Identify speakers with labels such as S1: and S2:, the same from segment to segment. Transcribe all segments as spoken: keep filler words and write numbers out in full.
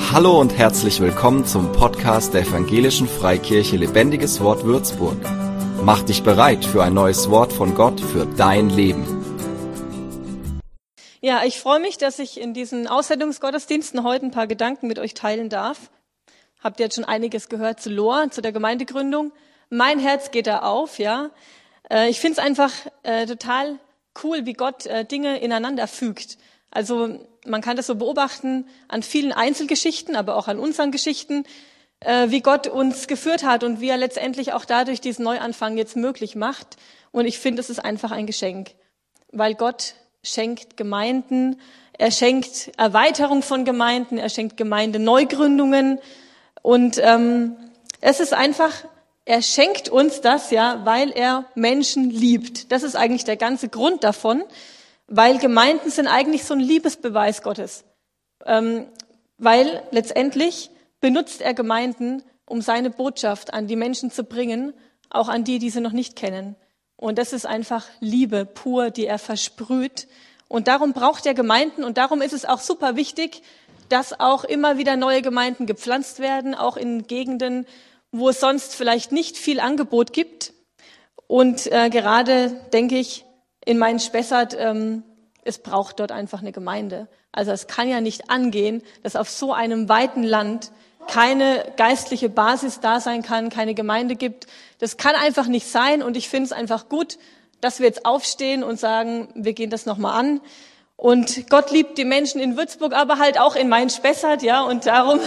S1: Hallo und herzlich willkommen zum Podcast der Evangelischen Freikirche Lebendiges Wort Würzburg. Mach dich bereit für ein neues Wort von Gott für dein Leben.
S2: Ja, ich freue mich, dass ich in diesen Aussendungsgottesdiensten heute ein paar Gedanken mit euch teilen darf. Habt ihr jetzt schon einiges gehört zu Lohr, zu der Gemeindegründung. Mein Herz geht da auf, ja. Äh, ich finde es einfach äh, total cool, wie Gott äh, Dinge ineinander fügt. Also man kann das so beobachten an vielen Einzelgeschichten, aber auch an unseren Geschichten, äh, wie Gott uns geführt hat und wie er letztendlich auch dadurch diesen Neuanfang jetzt möglich macht. Und ich finde, es ist einfach ein Geschenk, weil Gott schenkt Gemeinden, er schenkt Erweiterung von Gemeinden, er schenkt Gemeindeneugründungen und ähm, es ist einfach, er schenkt uns das, ja, weil er Menschen liebt. Das ist eigentlich der ganze Grund davon. Weil Gemeinden sind eigentlich so ein Liebesbeweis Gottes. Ähm, weil letztendlich benutzt er Gemeinden, um seine Botschaft an die Menschen zu bringen, auch an die, die sie noch nicht kennen. Und das ist einfach Liebe pur, die er versprüht. Und darum braucht er Gemeinden und darum ist es auch super wichtig, dass auch immer wieder neue Gemeinden gepflanzt werden, auch in Gegenden, wo es sonst vielleicht nicht viel Angebot gibt. Und äh, gerade denke ich, in meinen Spessart, ähm, es braucht dort einfach eine Gemeinde. Also es kann ja nicht angehen, dass auf so einem weiten Land keine geistliche Basis da sein kann, keine Gemeinde gibt. Das kann einfach nicht sein und ich finde es einfach gut, dass wir jetzt aufstehen und sagen, wir gehen das nochmal an. Und Gott liebt die Menschen in Würzburg, aber halt auch in meinen Spessart, ja, und darum,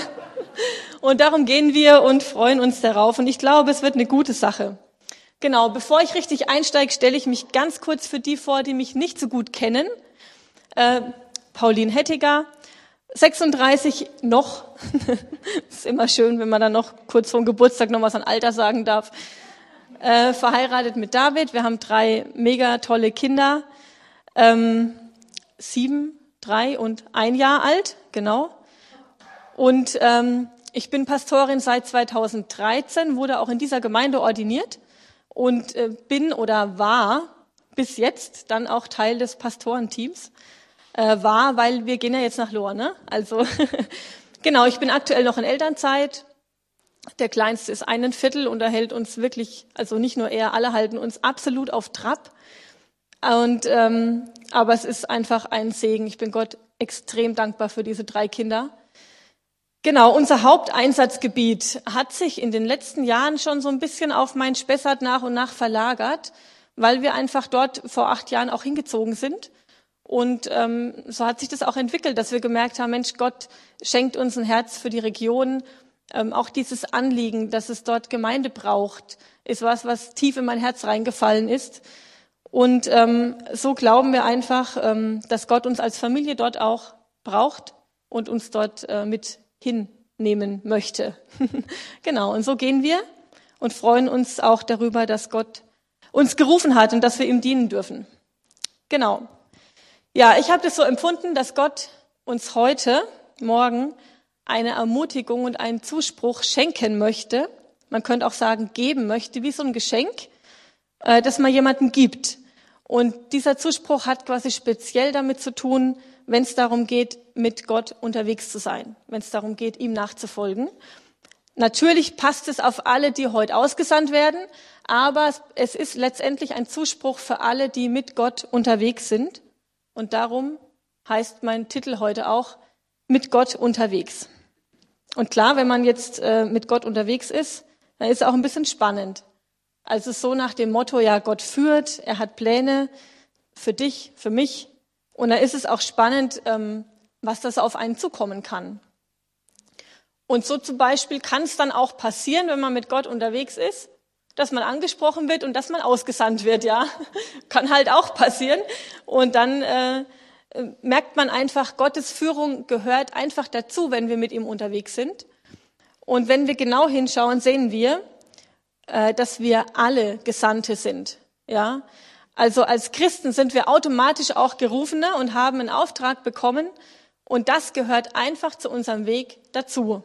S2: und darum gehen wir und freuen uns darauf. Und ich glaube, es wird eine gute Sache. Genau, bevor ich richtig einsteige, stelle ich mich ganz kurz für die vor, die mich nicht so gut kennen. Äh, Pauline Hettiger, sechsunddreißig noch. Ist immer schön, wenn man dann noch kurz vor dem Geburtstag noch was an Alter sagen darf. Äh, verheiratet mit David. Wir haben drei mega tolle Kinder. Ähm, sieben, drei und ein Jahr alt, genau. Und ähm, ich bin Pastorin seit zweitausenddreizehn, wurde auch in dieser Gemeinde ordiniert. Und äh, bin oder war bis jetzt dann auch Teil des Pastorenteams. Äh, war, weil wir gehen ja jetzt nach Lohr, ne? Also genau, ich bin aktuell noch in Elternzeit. Der Kleinste ist ein Viertel und er hält uns wirklich, also nicht nur er, alle halten uns absolut auf Trab. Und ähm, aber es ist einfach ein Segen. Ich bin Gott extrem dankbar für diese drei Kinder. Genau, unser Haupteinsatzgebiet hat sich in den letzten Jahren schon so ein bisschen auf mein Spessart nach und nach verlagert, weil wir einfach dort vor acht Jahren auch hingezogen sind. Und ähm, so hat sich das auch entwickelt, dass wir gemerkt haben, Mensch, Gott schenkt uns ein Herz für die Region. Ähm, auch dieses Anliegen, dass es dort Gemeinde braucht, ist was, was tief in mein Herz reingefallen ist. Und ähm, so glauben wir einfach, ähm, dass Gott uns als Familie dort auch braucht und uns dort äh, mit hinnehmen möchte. Genau, und so gehen wir und freuen uns auch darüber, dass Gott uns gerufen hat und dass wir ihm dienen dürfen. Genau. Ja, ich habe das so empfunden, dass Gott uns heute, morgen, eine Ermutigung und einen Zuspruch schenken möchte. Man könnte auch sagen, geben möchte, wie so ein Geschenk, äh, das man jemandem gibt. Und dieser Zuspruch hat quasi speziell damit zu tun, wenn es darum geht, mit Gott unterwegs zu sein, wenn es darum geht, ihm nachzufolgen. Natürlich passt es auf alle, die heute ausgesandt werden, aber es ist letztendlich ein Zuspruch für alle, die mit Gott unterwegs sind. Und darum heißt mein Titel heute auch, mit Gott unterwegs. Und klar, wenn man jetzt äh, mit Gott unterwegs ist, dann ist es auch ein bisschen spannend. Also so nach dem Motto, ja, Gott führt, er hat Pläne für dich, für mich. Und da ist es auch spannend, ähm, was das auf einen zukommen kann. Und so zum Beispiel kann es dann auch passieren, wenn man mit Gott unterwegs ist, dass man angesprochen wird und dass man ausgesandt wird, ja. Kann halt auch passieren. Und dann äh, merkt man einfach, Gottes Führung gehört einfach dazu, wenn wir mit ihm unterwegs sind. Und wenn wir genau hinschauen, sehen wir, äh, dass wir alle Gesandte sind, ja. Also als Christen sind wir automatisch auch Gerufene und haben einen Auftrag bekommen. Und das gehört einfach zu unserem Weg dazu.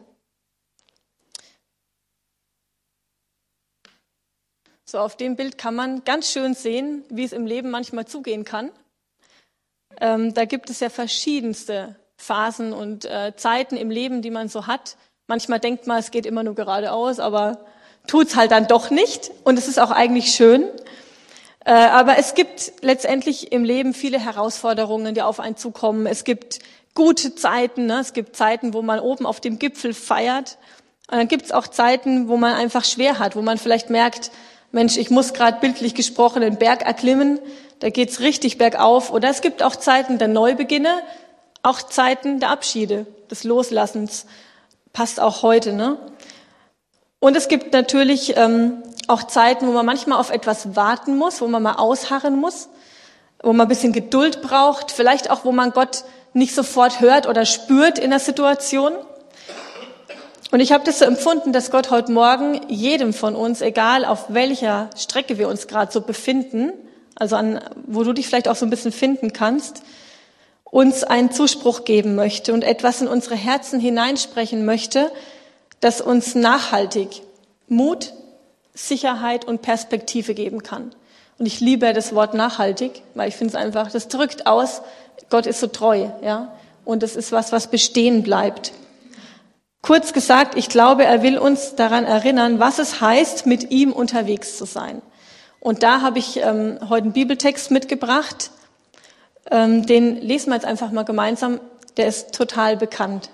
S2: So, auf dem Bild kann man ganz schön sehen, wie es im Leben manchmal zugehen kann. Ähm, da gibt es ja verschiedenste Phasen und äh, Zeiten im Leben, die man so hat. Manchmal denkt man, es geht immer nur geradeaus, aber tut's halt dann doch nicht. Und es ist auch eigentlich schön. Äh, aber es gibt letztendlich im Leben viele Herausforderungen, die auf einen zukommen. Es gibt gute Zeiten, ne? Es gibt Zeiten, wo man oben auf dem Gipfel feiert. Und dann gibt's auch Zeiten, wo man einfach schwer hat, wo man vielleicht merkt, Mensch, ich muss gerade bildlich gesprochen den Berg erklimmen. Da geht's richtig bergauf. Oder es gibt auch Zeiten der Neubeginne, auch Zeiten der Abschiede, des Loslassens. Passt auch heute, ne? Und es gibt natürlich ähm, auch Zeiten, wo man manchmal auf etwas warten muss, wo man mal ausharren muss, wo man ein bisschen Geduld braucht, vielleicht auch, wo man Gott nicht sofort hört oder spürt in der Situation. Und ich habe das so empfunden, dass Gott heute Morgen jedem von uns, egal auf welcher Strecke wir uns gerade so befinden, also an, wo du dich vielleicht auch so ein bisschen finden kannst, uns einen Zuspruch geben möchte und etwas in unsere Herzen hineinsprechen möchte, das uns nachhaltig Mut, Sicherheit und Perspektive geben kann. Und ich liebe das Wort nachhaltig, weil ich finde es einfach, das drückt aus, Gott ist so treu, ja, und es ist was, was bestehen bleibt. Kurz gesagt, ich glaube, er will uns daran erinnern, was es heißt, mit ihm unterwegs zu sein. Und da habe ich ähm, heute einen Bibeltext mitgebracht, ähm, den lesen wir jetzt einfach mal gemeinsam, der ist total bekannt.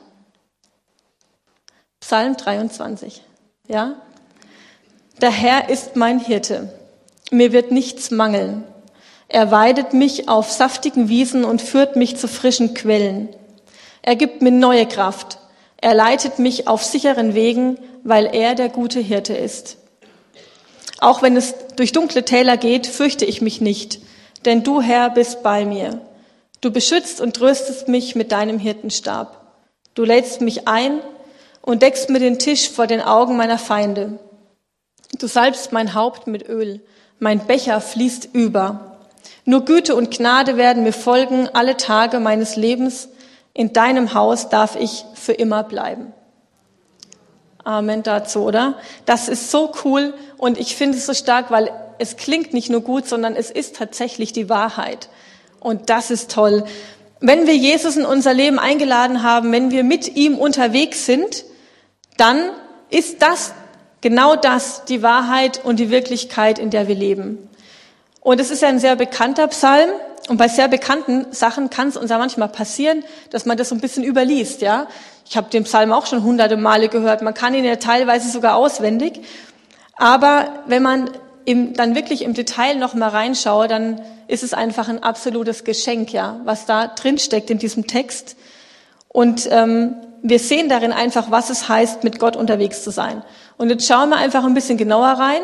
S2: Psalm dreiundzwanzig, ja. Der Herr ist mein Hirte, mir wird nichts mangeln. Er weidet mich auf saftigen Wiesen und führt mich zu frischen Quellen. Er gibt mir neue Kraft. Er leitet mich auf sicheren Wegen, weil er der gute Hirte ist. Auch wenn es durch dunkle Täler geht, fürchte ich mich nicht, denn du, Herr, bist bei mir. Du beschützt und tröstest mich mit deinem Hirtenstab. Du lädst mich ein und deckst mir den Tisch vor den Augen meiner Feinde. Du salbst mein Haupt mit Öl, mein Becher fließt über. Nur Güte und Gnade werden mir folgen alle Tage meines Lebens. In deinem Haus darf ich für immer bleiben. Amen dazu, oder? Das ist so cool und ich finde es so stark, weil es klingt nicht nur gut, sondern es ist tatsächlich die Wahrheit. Und das ist toll. Wenn wir Jesus in unser Leben eingeladen haben, wenn wir mit ihm unterwegs sind, dann ist das genau das, die Wahrheit und die Wirklichkeit, in der wir leben. Und es ist ja ein sehr bekannter Psalm. Und bei sehr bekannten Sachen kann es uns ja manchmal passieren, dass man das so ein bisschen überliest, ja. Ich habe den Psalm auch schon hunderte Male gehört. Man kann ihn ja teilweise sogar auswendig. Aber wenn man im, dann wirklich im Detail noch mal reinschaut, dann ist es einfach ein absolutes Geschenk, ja, was da drin steckt in diesem Text. Und ähm, wir sehen darin einfach, was es heißt, mit Gott unterwegs zu sein. Und jetzt schauen wir einfach ein bisschen genauer rein.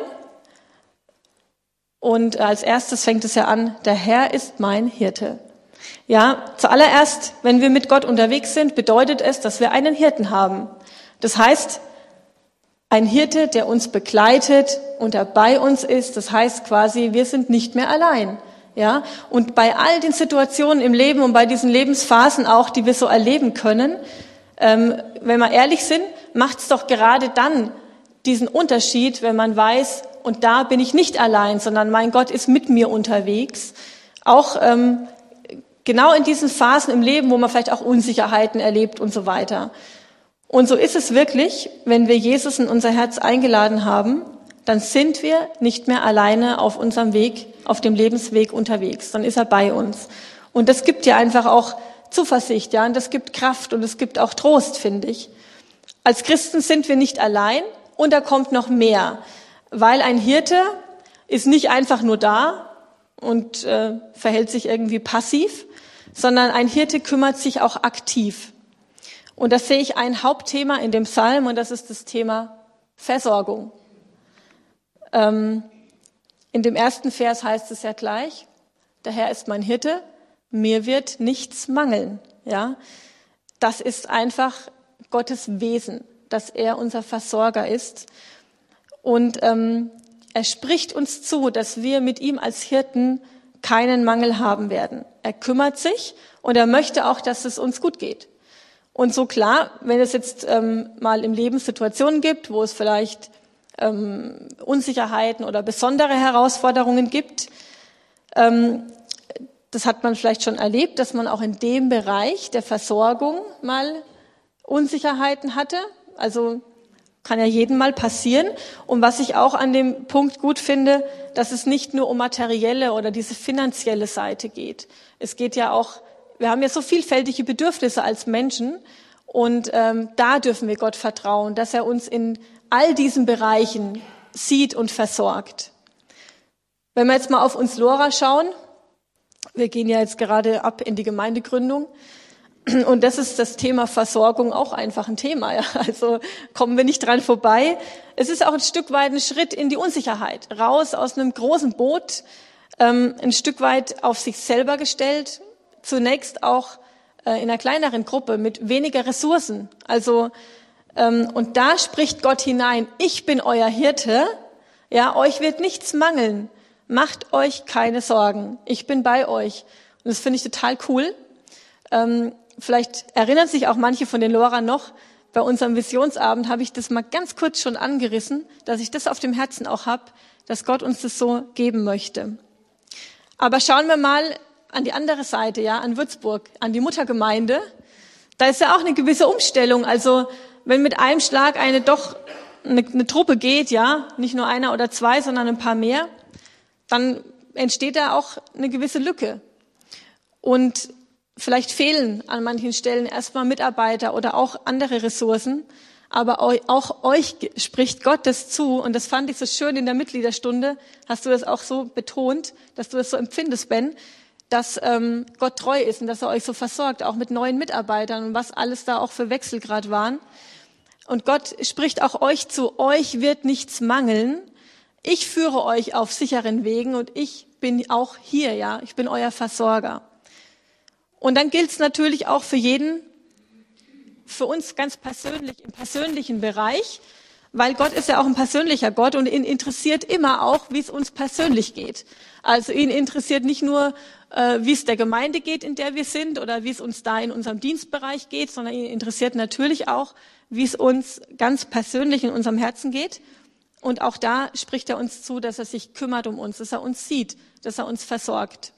S2: Und als erstes fängt es ja an, der Herr ist mein Hirte. Ja, zuallererst, wenn wir mit Gott unterwegs sind, bedeutet es, dass wir einen Hirten haben. Das heißt, ein Hirte, der uns begleitet und der bei uns ist. Das heißt quasi, wir sind nicht mehr allein. Ja, und bei all den Situationen im Leben und bei diesen Lebensphasen auch, die wir so erleben können, ähm, wenn wir ehrlich sind, macht es doch gerade dann diesen Unterschied, wenn man weiß, und da bin ich nicht allein, sondern mein Gott ist mit mir unterwegs. Auch ähm, genau in diesen Phasen im Leben, wo man vielleicht auch Unsicherheiten erlebt und so weiter. Und so ist es wirklich, wenn wir Jesus in unser Herz eingeladen haben, dann sind wir nicht mehr alleine auf unserem Weg, auf dem Lebensweg unterwegs. Dann ist er bei uns. Und das gibt ja einfach auch Zuversicht, ja, und das gibt Kraft und es gibt auch Trost, finde ich. Als Christen sind wir nicht allein und da kommt noch mehr. Weil ein Hirte ist nicht einfach nur da und äh, verhält sich irgendwie passiv, sondern ein Hirte kümmert sich auch aktiv. Und das sehe ich ein Hauptthema in dem Psalm und das ist das Thema Versorgung. Ähm, in dem ersten Vers heißt es ja gleich, der Herr ist mein Hirte, mir wird nichts mangeln. Ja, das ist einfach Gottes Wesen, dass er unser Versorger ist. Und ähm, er spricht uns zu, dass wir mit ihm als Hirten keinen Mangel haben werden. Er kümmert sich und er möchte auch, dass es uns gut geht. Und so klar, wenn es jetzt ähm, mal im Leben Situationen gibt, wo es vielleicht ähm, Unsicherheiten oder besondere Herausforderungen gibt, ähm, Das hat man vielleicht schon erlebt, dass man auch in dem Bereich der Versorgung mal Unsicherheiten hatte. Also kann ja jedem mal passieren. Und was ich auch an dem Punkt gut finde, dass es nicht nur um materielle oder diese finanzielle Seite geht. Es geht ja auch, wir haben ja so vielfältige Bedürfnisse als Menschen und ähm, da dürfen wir Gott vertrauen, dass er uns in all diesen Bereichen sieht und versorgt. Wenn wir jetzt mal auf uns Lora schauen, wir gehen ja jetzt gerade ab in die Gemeindegründung und das ist das Thema Versorgung auch einfach ein Thema. Ja. Also kommen wir nicht dran vorbei. Es ist auch ein Stück weit ein Schritt in die Unsicherheit, raus aus einem großen Boot, ähm, ein Stück weit auf sich selber gestellt, zunächst auch äh, in einer kleineren Gruppe mit weniger Ressourcen. Also ähm, und da spricht Gott hinein: Ich bin euer Hirte, ja, euch wird nichts mangeln. Macht euch keine Sorgen, ich bin bei euch. Und das finde ich total cool. Ähm, vielleicht erinnern sich auch manche von den Lora noch, bei unserem Visionsabend habe ich das mal ganz kurz schon angerissen, dass ich das auf dem Herzen auch habe, dass Gott uns das so geben möchte. Aber schauen wir mal an die andere Seite, ja, an Würzburg, an die Muttergemeinde. Da ist ja auch eine gewisse Umstellung. Also wenn mit einem Schlag eine doch eine, eine Truppe geht, ja, nicht nur einer oder zwei, sondern ein paar mehr, dann entsteht da auch eine gewisse Lücke. Und vielleicht fehlen an manchen Stellen erstmal Mitarbeiter oder auch andere Ressourcen. Aber auch euch spricht Gott das zu. Und das fand ich so schön in der Mitgliederstunde. Hast du das auch so betont, dass du das so empfindest, Ben, dass ähm, Gott treu ist und dass er euch so versorgt, auch mit neuen Mitarbeitern und was alles da auch für Wechsel gerade waren. Und Gott spricht auch euch zu: Euch wird nichts mangeln. Ich führe euch auf sicheren Wegen und ich bin auch hier, ja. Ich bin euer Versorger. Und dann gilt es natürlich auch für jeden, für uns ganz persönlich, im persönlichen Bereich, weil Gott ist ja auch ein persönlicher Gott und ihn interessiert immer auch, wie es uns persönlich geht. Also ihn interessiert nicht nur, äh, wie es der Gemeinde geht, in der wir sind, oder wie es uns da in unserem Dienstbereich geht, sondern ihn interessiert natürlich auch, wie es uns ganz persönlich in unserem Herzen geht. Und auch da spricht er uns zu, dass er sich kümmert um uns, dass er uns sieht, dass er uns versorgt.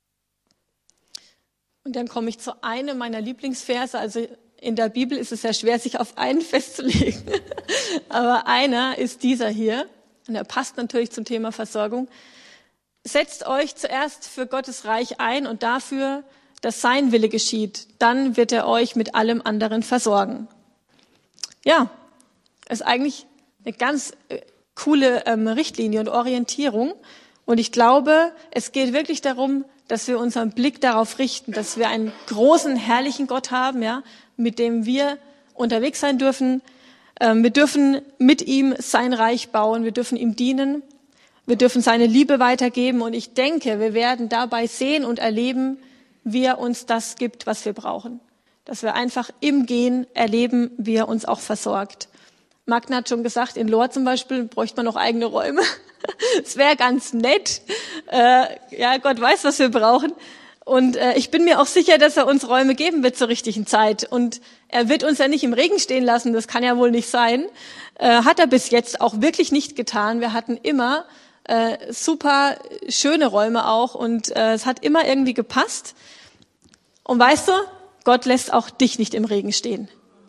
S2: Und dann komme ich zu einem meiner Lieblingsverse. Also in der Bibel ist es sehr schwer, sich auf einen festzulegen. Aber einer ist dieser hier. Und er passt natürlich zum Thema Versorgung. Setzt euch zuerst für Gottes Reich ein und dafür, dass sein Wille geschieht. Dann wird er euch mit allem anderen versorgen. Ja, ist eigentlich eine ganz coole ähm, Richtlinie und Orientierung. Und ich glaube, es geht wirklich darum, dass wir unseren Blick darauf richten, dass wir einen großen, herrlichen Gott haben, ja, mit dem wir unterwegs sein dürfen. Ähm, wir dürfen mit ihm sein Reich bauen, wir dürfen ihm dienen, wir dürfen seine Liebe weitergeben. Und ich denke, wir werden dabei sehen und erleben, wie er uns das gibt, was wir brauchen. Dass wir einfach im Gehen erleben, wie er uns auch versorgt. Magna hat schon gesagt, in Lohr zum Beispiel bräuchte man noch eigene Räume. Es wäre ganz nett. Äh, ja, Gott weiß, was wir brauchen. Und äh, ich bin mir auch sicher, dass er uns Räume geben wird zur richtigen Zeit. Und er wird uns ja nicht im Regen stehen lassen, das kann ja wohl nicht sein. Äh, hat er bis jetzt auch wirklich nicht getan. Wir hatten immer äh, super schöne Räume auch und äh, es hat immer irgendwie gepasst. Und weißt du, Gott lässt auch dich nicht im Regen stehen.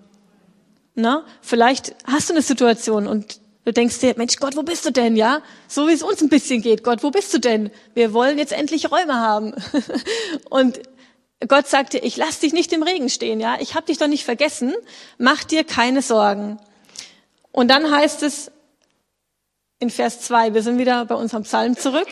S2: Na, vielleicht hast du eine Situation und du denkst dir, Mensch, Gott, wo bist du denn, ja? So wie es uns ein bisschen geht. Gott, wo bist du denn? Wir wollen jetzt endlich Räume haben. Und Gott sagte, ich lass dich nicht im Regen stehen, ja? Ich habe dich doch nicht vergessen. Mach dir keine Sorgen. Und dann heißt es in Vers zwei, wir sind wieder bei unserem Psalm zurück.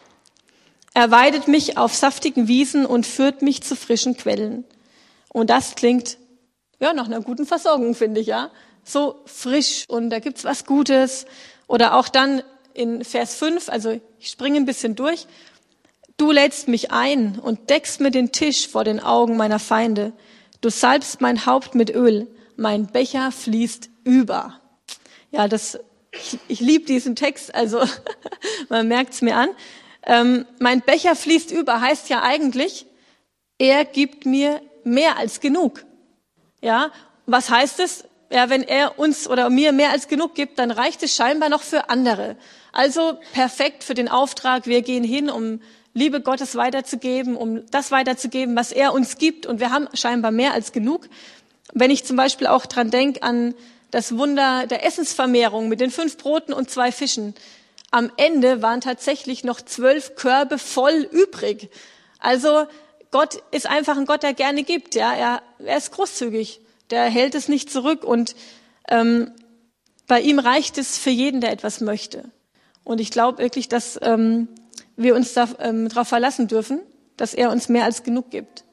S2: Er weidet mich auf saftigen Wiesen und führt mich zu frischen Quellen. Und das klingt ja nach einer guten Versorgung, finde ich, ja. So frisch und da gibt's was Gutes. Oder auch dann in Vers fünf, also ich springe ein bisschen durch. Du lädst mich ein und deckst mir den Tisch vor den Augen meiner Feinde. Du salbst mein Haupt mit Öl, mein Becher fließt über. Ja, das, ich, ich liebe diesen Text, also man merkt's mir an. Ähm, mein Becher fließt über heißt ja eigentlich, er gibt mir mehr als genug. Ja, was heißt es? Ja, wenn er uns oder mir mehr als genug gibt, dann reicht es scheinbar noch für andere. Also perfekt für den Auftrag. Wir gehen hin, um Liebe Gottes weiterzugeben, um das weiterzugeben, was er uns gibt. Und wir haben scheinbar mehr als genug. Wenn ich zum Beispiel auch dran denke an das Wunder der Essensvermehrung mit den fünf Broten und zwei Fischen. Am Ende waren tatsächlich noch zwölf Körbe voll übrig. Also Gott ist einfach ein Gott, der gerne gibt. Ja, er, er ist großzügig. Der hält es nicht zurück. Und ähm, bei ihm reicht es für jeden, der etwas möchte. Und ich glaube wirklich, dass ähm, wir uns da, ähm, darauf verlassen dürfen, dass er uns mehr als genug gibt.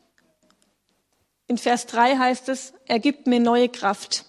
S2: In Vers drei heißt es, er gibt mir neue Kraft.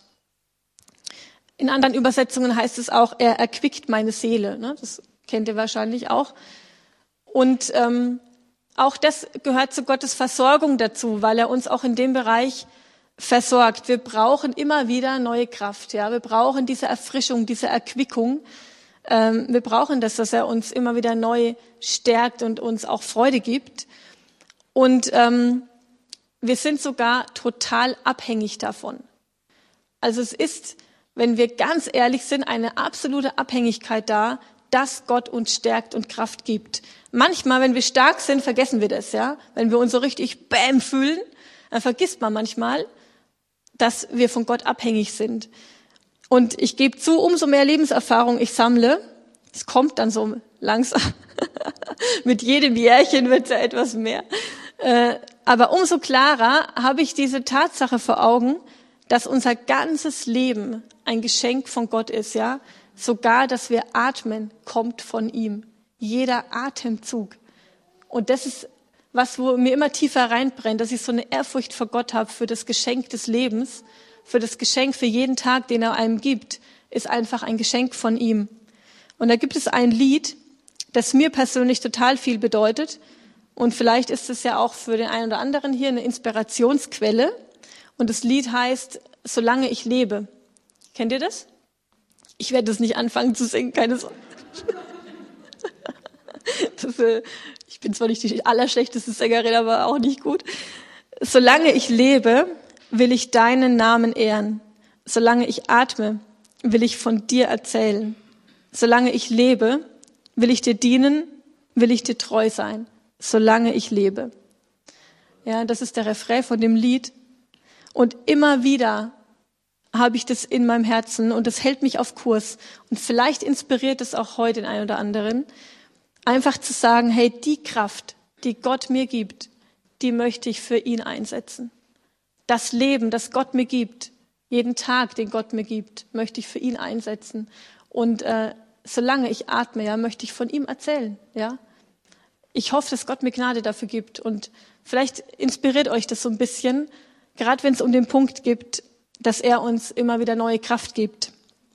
S2: In anderen Übersetzungen heißt es auch, er erquickt meine Seele. Ne? Das kennt ihr wahrscheinlich auch. Und ähm, auch das gehört zu Gottes Versorgung dazu, weil er uns auch in dem Bereich versorgt. Wir brauchen immer wieder neue Kraft. Ja, wir brauchen diese Erfrischung, diese Erquickung. Ähm, wir brauchen das, dass er uns immer wieder neu stärkt und uns auch Freude gibt. Und ähm, wir sind sogar total abhängig davon. Also es ist, wenn wir ganz ehrlich sind, eine absolute Abhängigkeit da, dass Gott uns stärkt und Kraft gibt. Manchmal, wenn wir stark sind, vergessen wir das, ja. Wenn wir uns so richtig bäm fühlen, dann vergisst man manchmal, dass wir von Gott abhängig sind. Und ich gebe zu, umso mehr Lebenserfahrung ich sammle, es kommt dann so langsam, mit jedem Jährchen wird es ja etwas mehr, äh, aber umso klarer habe ich diese Tatsache vor Augen, dass unser ganzes Leben ein Geschenk von Gott ist, ja. Sogar, dass wir atmen, kommt von ihm. Jeder Atemzug. Und das ist was, wo mir immer tiefer reinbrennt, dass ich so eine Ehrfurcht vor Gott habe für das Geschenk des Lebens, für das Geschenk für jeden Tag, den er einem gibt, ist einfach ein Geschenk von ihm. Und da gibt es ein Lied, das mir persönlich total viel bedeutet. Und vielleicht ist es ja auch für den einen oder anderen hier eine Inspirationsquelle. Und das Lied heißt, Solange ich lebe. Kennt ihr das? Ich werde das nicht anfangen zu singen, keine Sorge. Das, äh, ich bin zwar nicht die allerschlechteste Sängerin, aber auch nicht gut. Solange ich lebe, will ich deinen Namen ehren. Solange ich atme, will ich von dir erzählen. Solange ich lebe, will ich dir dienen, will ich dir treu sein. Solange ich lebe. Ja, das ist der Refrain von dem Lied. Und immer wieder habe ich das in meinem Herzen und das hält mich auf Kurs. Und vielleicht inspiriert es auch heute den einen oder anderen, einfach zu sagen, hey, die Kraft, die Gott mir gibt, die möchte ich für ihn einsetzen. Das Leben, das Gott mir gibt, jeden Tag, den Gott mir gibt, möchte ich für ihn einsetzen. Und äh, solange ich atme, ja, möchte ich von ihm erzählen. Ja, ich hoffe, dass Gott mir Gnade dafür gibt. Und vielleicht inspiriert euch das so ein bisschen, gerade wenn es um den Punkt geht, dass er uns immer wieder neue Kraft gibt.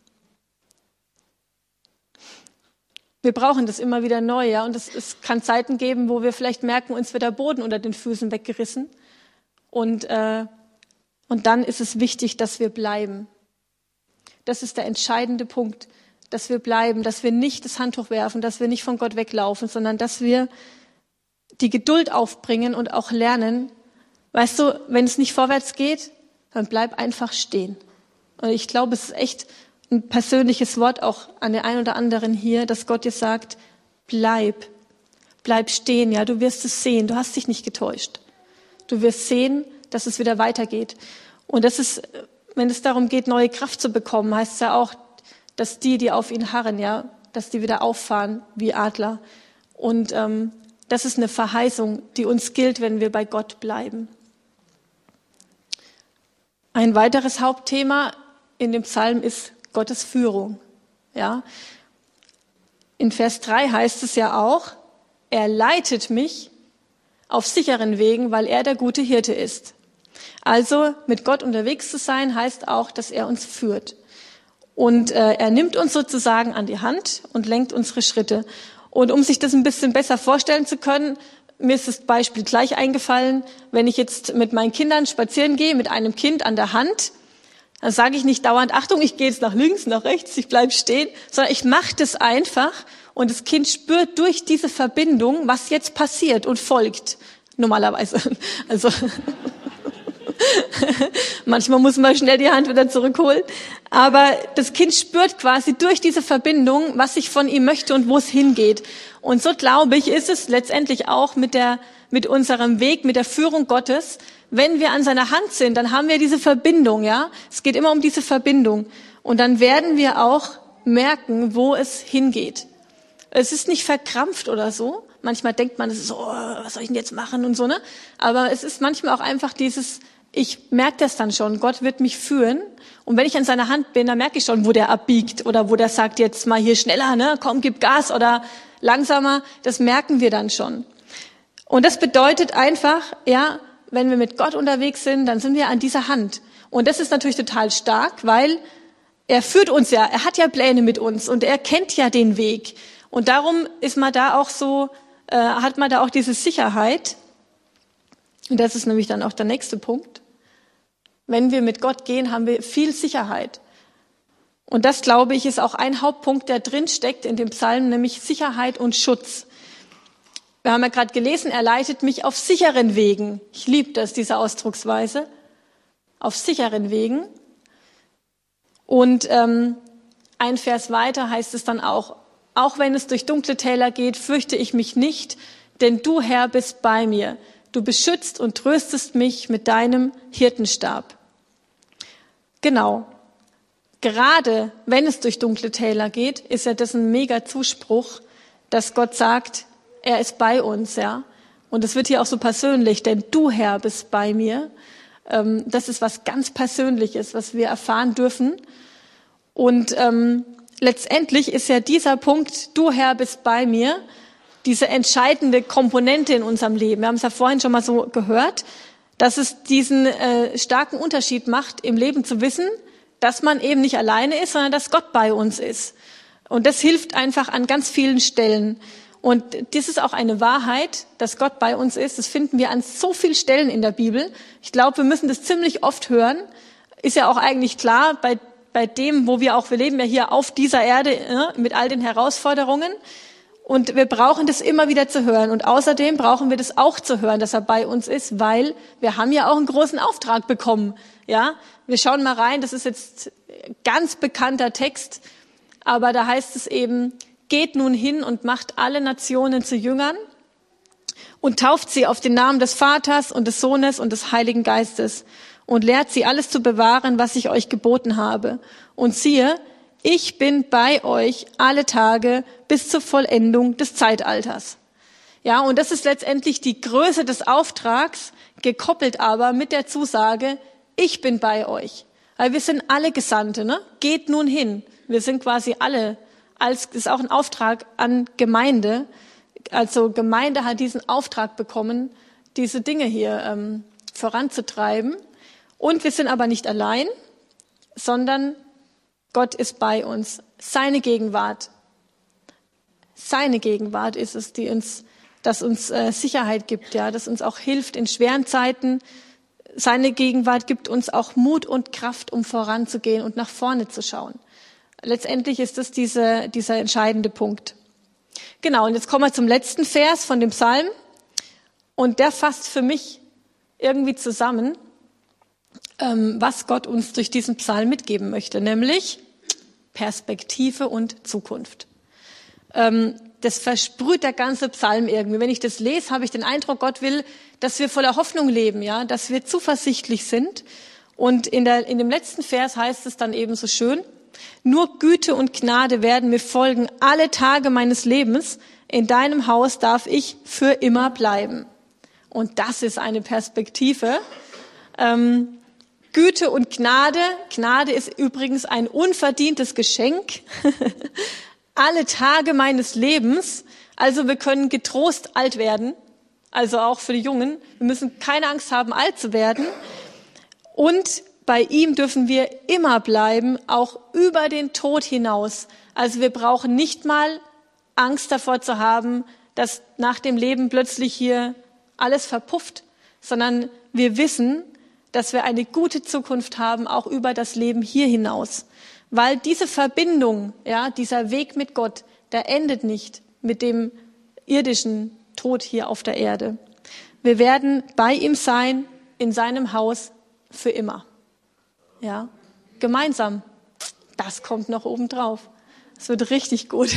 S2: Wir brauchen das immer wieder neu, ja. Und es, es kann Zeiten geben, wo wir vielleicht merken, uns wird der Boden unter den Füßen weggerissen. Und, äh, und dann ist es wichtig, dass wir bleiben. Das ist der entscheidende Punkt, dass wir bleiben, dass wir nicht das Handtuch werfen, dass wir nicht von Gott weglaufen, sondern dass wir die Geduld aufbringen und auch lernen. Weißt du, wenn es nicht vorwärts geht, dann bleib einfach stehen. Und ich glaube, es ist echt ein persönliches Wort auch an der einen oder anderen hier, dass Gott dir sagt, bleib, bleib stehen, ja, du wirst es sehen, du hast dich nicht getäuscht. Du wirst sehen, dass es wieder weitergeht. Und das ist, wenn es darum geht, neue Kraft zu bekommen, heißt es ja auch, dass die, die auf ihn harren, ja, dass die wieder auffahren wie Adler. Und ähm, das ist eine Verheißung, die uns gilt, wenn wir bei Gott bleiben. Ein weiteres Hauptthema in dem Psalm ist Gottes Führung. Ja. In Vers drei heißt es ja auch, er leitet mich auf sicheren Wegen, weil er der gute Hirte ist. Also mit Gott unterwegs zu sein, heißt auch, dass er uns führt. Und äh, er nimmt uns sozusagen an die Hand und lenkt unsere Schritte. Und um sich das ein bisschen besser vorstellen zu können, mir ist das Beispiel gleich eingefallen, wenn ich jetzt mit meinen Kindern spazieren gehe, mit einem Kind an der Hand, dann sage ich nicht dauernd, Achtung, ich gehe jetzt nach links, nach rechts, ich bleib stehen, sondern ich mache das einfach und das Kind spürt durch diese Verbindung, was jetzt passiert und folgt, normalerweise. Also Manchmal muss man schnell die Hand wieder zurückholen. Aber das Kind spürt quasi durch diese Verbindung, was ich von ihm möchte und wo es hingeht. Und so, glaube ich, ist es letztendlich auch mit der, mit unserem Weg, mit der Führung Gottes. Wenn wir an seiner Hand sind, dann haben wir diese Verbindung, ja. Es geht immer um diese Verbindung. Und dann werden wir auch merken, wo es hingeht. Es ist nicht verkrampft oder so. Manchmal denkt man, es ist so, oh, was soll ich denn jetzt machen und so, ne? Aber es ist manchmal auch einfach dieses, ich merke das dann schon, Gott wird mich führen. Und wenn ich an seiner Hand bin, dann merke ich schon, wo der abbiegt oder wo der sagt, jetzt mal hier schneller, ne? Komm, gib Gas oder langsamer. Das merken wir dann schon. Und das bedeutet einfach, ja, wenn wir mit Gott unterwegs sind, dann sind wir an dieser Hand. Und das ist natürlich total stark, weil er führt uns ja, er hat ja Pläne mit uns und er kennt ja den Weg. Und darum ist man da auch so, äh, hat man da auch diese Sicherheit. Und das ist nämlich dann auch der nächste Punkt. Wenn wir mit Gott gehen, haben wir viel Sicherheit. Und das, glaube ich, ist auch ein Hauptpunkt, der drin steckt in dem Psalm, nämlich Sicherheit und Schutz. Wir haben ja gerade gelesen, er leitet mich auf sicheren Wegen. Ich liebe das, diese Ausdrucksweise. Auf sicheren Wegen. Und ähm, ein Vers weiter heißt es dann auch, auch wenn es durch dunkle Täler geht, fürchte ich mich nicht, denn du, Herr, bist bei mir. Du beschützt und tröstest mich mit deinem Hirtenstab. Genau. Gerade wenn es durch dunkle Täler geht, ist ja das ein mega Zuspruch, dass Gott sagt, er ist bei uns, ja. Und es wird hier auch so persönlich, denn du, Herr, bist bei mir. Ähm, das ist was ganz Persönliches, was wir erfahren dürfen. Und ähm, letztendlich ist ja dieser Punkt, du, Herr, bist bei mir, diese entscheidende Komponente in unserem Leben. Wir haben es ja vorhin schon mal so gehört, dass es diesen äh, starken Unterschied macht, im Leben zu wissen, dass man eben nicht alleine ist, sondern dass Gott bei uns ist. Und das hilft einfach an ganz vielen Stellen. Und das ist auch eine Wahrheit, dass Gott bei uns ist. Das finden wir an so vielen Stellen in der Bibel. Ich glaube, wir müssen das ziemlich oft hören. Ist ja auch eigentlich klar, bei, bei dem, wo wir auch, wir leben ja hier auf dieser Erde äh, mit all den Herausforderungen. Und wir brauchen das immer wieder zu hören. Und außerdem brauchen wir das auch zu hören, dass er bei uns ist, weil wir haben ja auch einen großen Auftrag bekommen. Ja, wir schauen mal rein. Das ist jetzt ganz bekannter Text. Aber da heißt es eben, geht nun hin und macht alle Nationen zu Jüngern und tauft sie auf den Namen des Vaters und des Sohnes und des Heiligen Geistes und lehrt sie alles zu bewahren, was ich euch geboten habe. Und siehe, ich bin bei euch alle Tage bis zur Vollendung des Zeitalters. Ja, und das ist letztendlich die Größe des Auftrags, gekoppelt aber mit der Zusage, ich bin bei euch. Weil wir sind alle Gesandte, ne? Geht nun hin. Wir sind quasi alle, als, das ist auch ein Auftrag an Gemeinde. Also Gemeinde hat diesen Auftrag bekommen, diese Dinge hier ähm, voranzutreiben. Und wir sind aber nicht allein, sondern Gott ist bei uns. Seine Gegenwart. Seine Gegenwart ist es, die uns, das uns äh, Sicherheit gibt, ja, das uns auch hilft in schweren Zeiten. Seine Gegenwart gibt uns auch Mut und Kraft, um voranzugehen und nach vorne zu schauen. Letztendlich ist das diese, dieser entscheidende Punkt. Genau, und jetzt kommen wir zum letzten Vers von dem Psalm. Und der fasst für mich irgendwie zusammen, ähm, was Gott uns durch diesen Psalm mitgeben möchte, nämlich Perspektive und Zukunft. Ähm, das versprüht der ganze Psalm irgendwie. Wenn ich das lese, habe ich den Eindruck, Gott will, dass wir voller Hoffnung leben, ja, dass wir zuversichtlich sind. Und in, der, in dem letzten Vers heißt es dann eben so schön, nur Güte und Gnade werden mir folgen alle Tage meines Lebens. In deinem Haus darf ich für immer bleiben. Und das ist eine Perspektive. Ähm, Güte und Gnade. Gnade ist übrigens ein unverdientes Geschenk. Alle Tage meines Lebens. Also wir können getrost alt werden. Also auch für die Jungen. Wir müssen keine Angst haben, alt zu werden. Und bei ihm dürfen wir immer bleiben, auch über den Tod hinaus. Also wir brauchen nicht mal Angst davor zu haben, dass nach dem Leben plötzlich hier alles verpufft, sondern wir wissen, dass wir eine gute Zukunft haben, auch über das Leben hier hinaus. Weil diese Verbindung, ja, dieser Weg mit Gott, der endet nicht mit dem irdischen Tod hier auf der Erde. Wir werden bei ihm sein, in seinem Haus, für immer. Ja, gemeinsam. Das kommt noch oben drauf. Es wird richtig gut.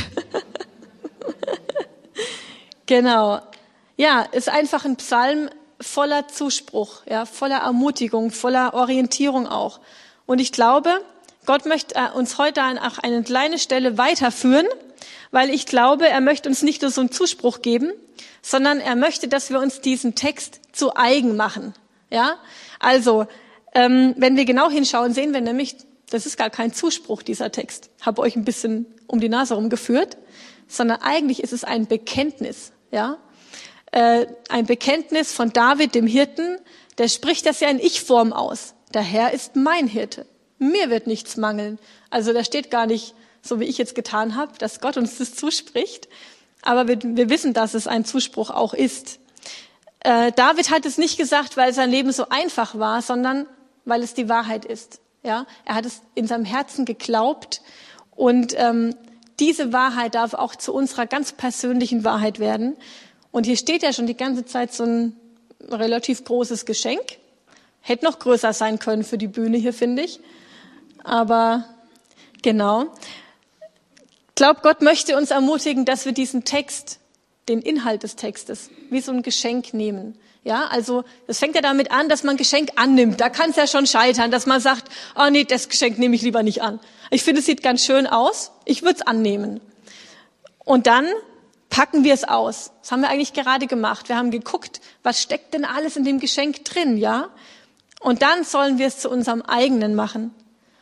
S2: Genau. Ja, ist einfach ein Psalm voller Zuspruch, ja, voller Ermutigung, voller Orientierung auch. Und ich glaube, Gott möchte uns heute an eine kleine Stelle weiterführen, weil ich glaube, er möchte uns nicht nur so einen Zuspruch geben, sondern er möchte, dass wir uns diesen Text zu eigen machen. Ja, also ähm, wenn wir genau hinschauen, sehen wir nämlich, das ist gar kein Zuspruch, dieser Text. Habe euch ein bisschen um die Nase rumgeführt, sondern eigentlich ist es ein Bekenntnis. Ja, äh, ein Bekenntnis von David, dem Hirten. Der spricht das ja in Ich-Form aus. Der Herr ist mein Hirte. Mir wird nichts mangeln. Also da steht gar nicht, so wie ich jetzt getan habe, dass Gott uns das zuspricht. Aber wir, wir wissen, dass es ein Zuspruch auch ist. Äh, David hat es nicht gesagt, weil sein Leben so einfach war, sondern weil es die Wahrheit ist. Ja, er hat es in seinem Herzen geglaubt. Und ähm, diese Wahrheit darf auch zu unserer ganz persönlichen Wahrheit werden. Und hier steht ja schon die ganze Zeit so ein relativ großes Geschenk. Hätte noch größer sein können für die Bühne hier, finde ich. Aber genau. Ich glaube, Gott möchte uns ermutigen, dass wir diesen Text, den Inhalt des Textes, wie so ein Geschenk nehmen. Ja, also das fängt ja damit an, dass man Geschenk annimmt. Da kann es ja schon scheitern, dass man sagt, oh nee, das Geschenk nehme ich lieber nicht an. Ich finde, es sieht ganz schön aus. Ich würde es annehmen. Und dann packen wir es aus. Das haben wir eigentlich gerade gemacht. Wir haben geguckt, was steckt denn alles in dem Geschenk drin, ja? Und dann sollen wir es zu unserem eigenen machen.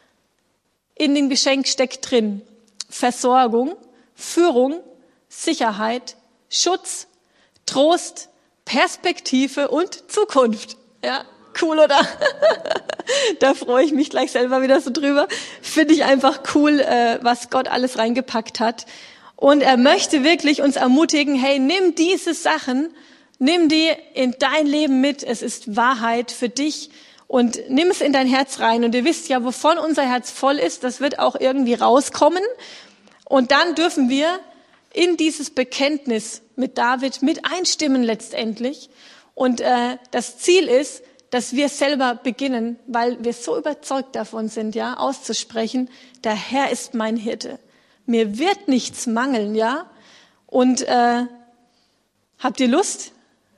S2: In dem Geschenk steckt drin Versorgung, Führung, Sicherheit, Schutz, Trost, Perspektive und Zukunft. Ja, cool, oder? Da freue ich mich gleich selber wieder so drüber. Finde ich einfach cool, was Gott alles reingepackt hat. Und er möchte wirklich uns ermutigen, hey, nimm diese Sachen, nimm die in dein Leben mit. Es ist Wahrheit für dich und nimm es in dein Herz rein. Und ihr wisst ja, wovon unser Herz voll ist, das wird auch irgendwie rauskommen. Und dann dürfen wir in dieses Bekenntnis mit David mit einstimmen letztendlich. Und äh, das Ziel ist, dass wir selber beginnen, weil wir so überzeugt davon sind, ja, auszusprechen, der Herr ist mein Hirte. Mir wird nichts mangeln, ja? Und äh, habt ihr Lust?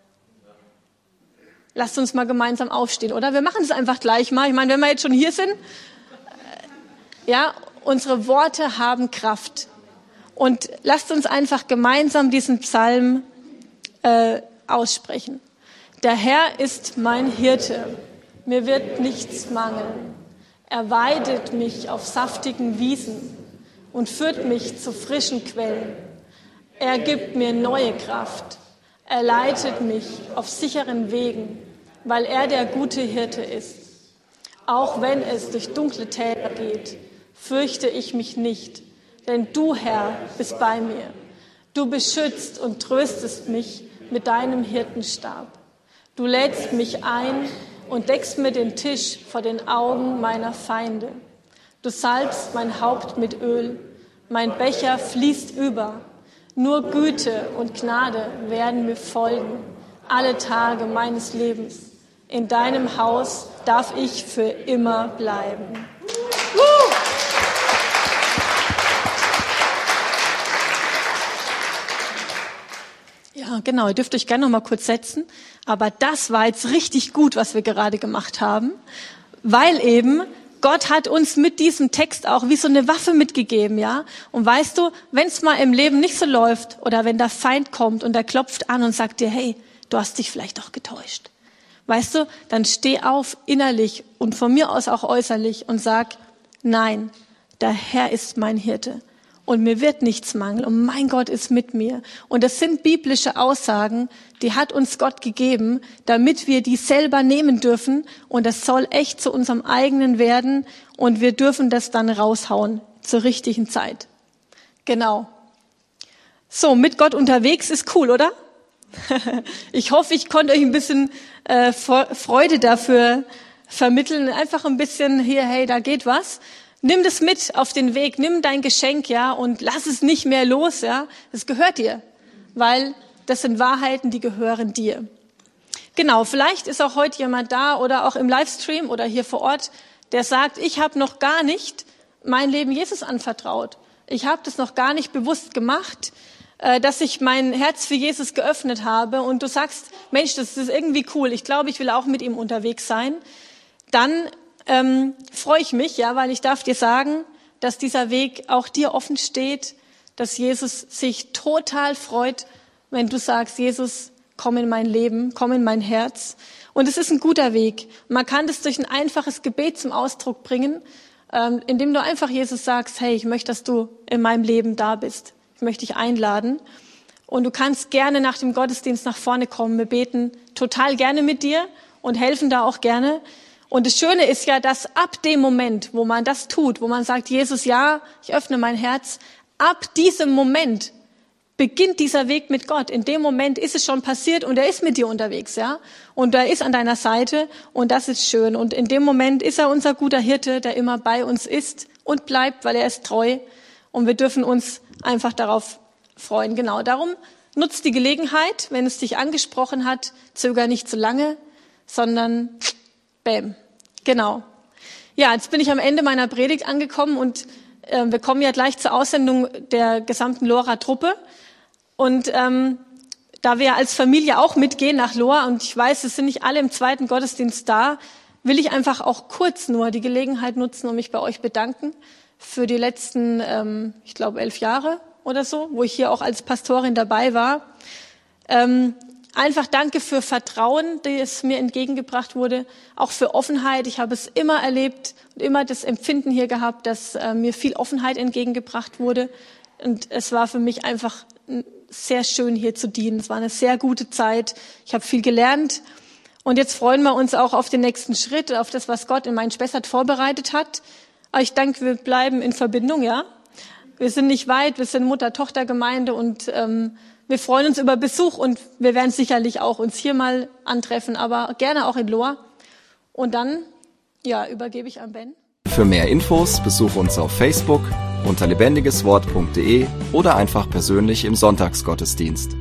S2: Lasst uns mal gemeinsam aufstehen, oder? Wir machen es einfach gleich mal. Ich meine, wenn wir jetzt schon hier sind, äh, ja, unsere Worte haben Kraft. Und lasst uns einfach gemeinsam diesen Psalm äh, aussprechen. Der Herr ist mein Hirte, mir wird nichts mangeln. Er weidet mich auf saftigen Wiesen und führt mich zu frischen Quellen. Er gibt mir neue Kraft. Er leitet mich auf sicheren Wegen, weil er der gute Hirte ist. Auch wenn es durch dunkle Täler geht, fürchte ich mich nicht, denn du, Herr, bist bei mir. Du beschützt und tröstest mich mit deinem Hirtenstab. Du lädst mich ein und deckst mir den Tisch vor den Augen meiner Feinde. Du salbst mein Haupt mit Öl, mein Becher fließt über. Nur Güte und Gnade werden mir folgen, alle Tage meines Lebens. In deinem Haus darf ich für immer bleiben. Uh! Ja, genau, ihr dürft euch gerne noch mal kurz setzen. Aber das war jetzt richtig gut, was wir gerade gemacht haben, weil eben Gott hat uns mit diesem Text auch wie so eine Waffe mitgegeben, ja. Und weißt du, wenn es mal im Leben nicht so läuft oder wenn der Feind kommt und der klopft an und sagt dir, hey, du hast dich vielleicht auch getäuscht, weißt du, dann steh auf innerlich und von mir aus auch äußerlich und sag, nein, der Herr ist mein Hirte. Und mir wird nichts mangeln und mein Gott ist mit mir. Und das sind biblische Aussagen, die hat uns Gott gegeben, damit wir die selber nehmen dürfen. Und das soll echt zu unserem eigenen werden. Und wir dürfen das dann raushauen zur richtigen Zeit. Genau. So, mit Gott unterwegs ist cool, oder? Ich hoffe, ich konnte euch ein bisschen äh, Freude dafür vermitteln. Einfach ein bisschen hier, hey, da geht was. Nimm das mit auf den Weg, nimm dein Geschenk, ja, und lass es nicht mehr los, ja. Das gehört dir, weil das sind Wahrheiten, die gehören dir. genau, vielleicht ist auch heute jemand da oder auch im Livestream oder hier vor Ort, der sagt, ich habe noch gar nicht mein Leben Jesus anvertraut. Ich habe das noch gar nicht bewusst gemacht, dass ich mein Herz für Jesus geöffnet habe. Und du sagst, Mensch, das ist irgendwie cool. Ich glaube, ich will auch mit ihm unterwegs sein. Dann ähm, freue ich mich, ja, weil ich darf dir sagen, dass dieser Weg auch dir offen steht, dass Jesus sich total freut, wenn du sagst, Jesus, komm in mein Leben, komm in mein Herz. Und es ist ein guter Weg. Man kann das durch ein einfaches Gebet zum Ausdruck bringen, ähm, indem du einfach Jesus sagst, hey, ich möchte, dass du in meinem Leben da bist. Ich möchte dich einladen. Und du kannst gerne nach dem Gottesdienst nach vorne kommen. Wir beten total gerne mit dir und helfen da auch gerne. Und das Schöne ist ja, dass ab dem Moment, wo man das tut, wo man sagt, Jesus, ja, ich öffne mein Herz, ab diesem Moment beginnt dieser Weg mit Gott. In dem Moment ist es schon passiert und er ist mit dir unterwegs, ja. Und er ist an deiner Seite und das ist schön. Und in dem Moment ist er unser guter Hirte, der immer bei uns ist und bleibt, weil er ist treu. Und wir dürfen uns einfach darauf freuen. Genau, darum nutzt die Gelegenheit, wenn es dich angesprochen hat, zöger nicht zu lange, sondern bäm. Genau. Ja, jetzt bin ich am Ende meiner Predigt angekommen und äh, wir kommen ja gleich zur Aussendung der gesamten Lora-Truppe. Und ähm, da wir als Familie auch mitgehen nach Lohr und ich weiß, es sind nicht alle im zweiten Gottesdienst da, will ich einfach auch kurz nur die Gelegenheit nutzen und mich bei euch bedanken für die letzten, ähm, ich glaube, elf Jahre oder so, wo ich hier auch als Pastorin dabei war. Ähm, einfach danke für Vertrauen, das mir entgegengebracht wurde, auch für Offenheit. Ich habe es immer erlebt und immer das Empfinden hier gehabt, dass äh, mir viel Offenheit entgegengebracht wurde. Und es war für mich einfach sehr schön, hier zu dienen. Es war eine sehr gute Zeit. Ich habe viel gelernt. Und jetzt freuen wir uns auch auf den nächsten Schritt, auf das, was Gott in meinen Spessart vorbereitet hat. Aber ich denke, wir bleiben in Verbindung, ja. Wir sind nicht weit, wir sind Mutter-Tochter-Gemeinde und ähm, wir freuen uns über Besuch und wir werden sicherlich auch uns hier mal antreffen, aber gerne auch in Lohr. Und dann, ja, übergebe ich an Ben.
S1: Für mehr Infos besuche uns auf Facebook unter lebendigeswort punkt de oder einfach persönlich im Sonntagsgottesdienst.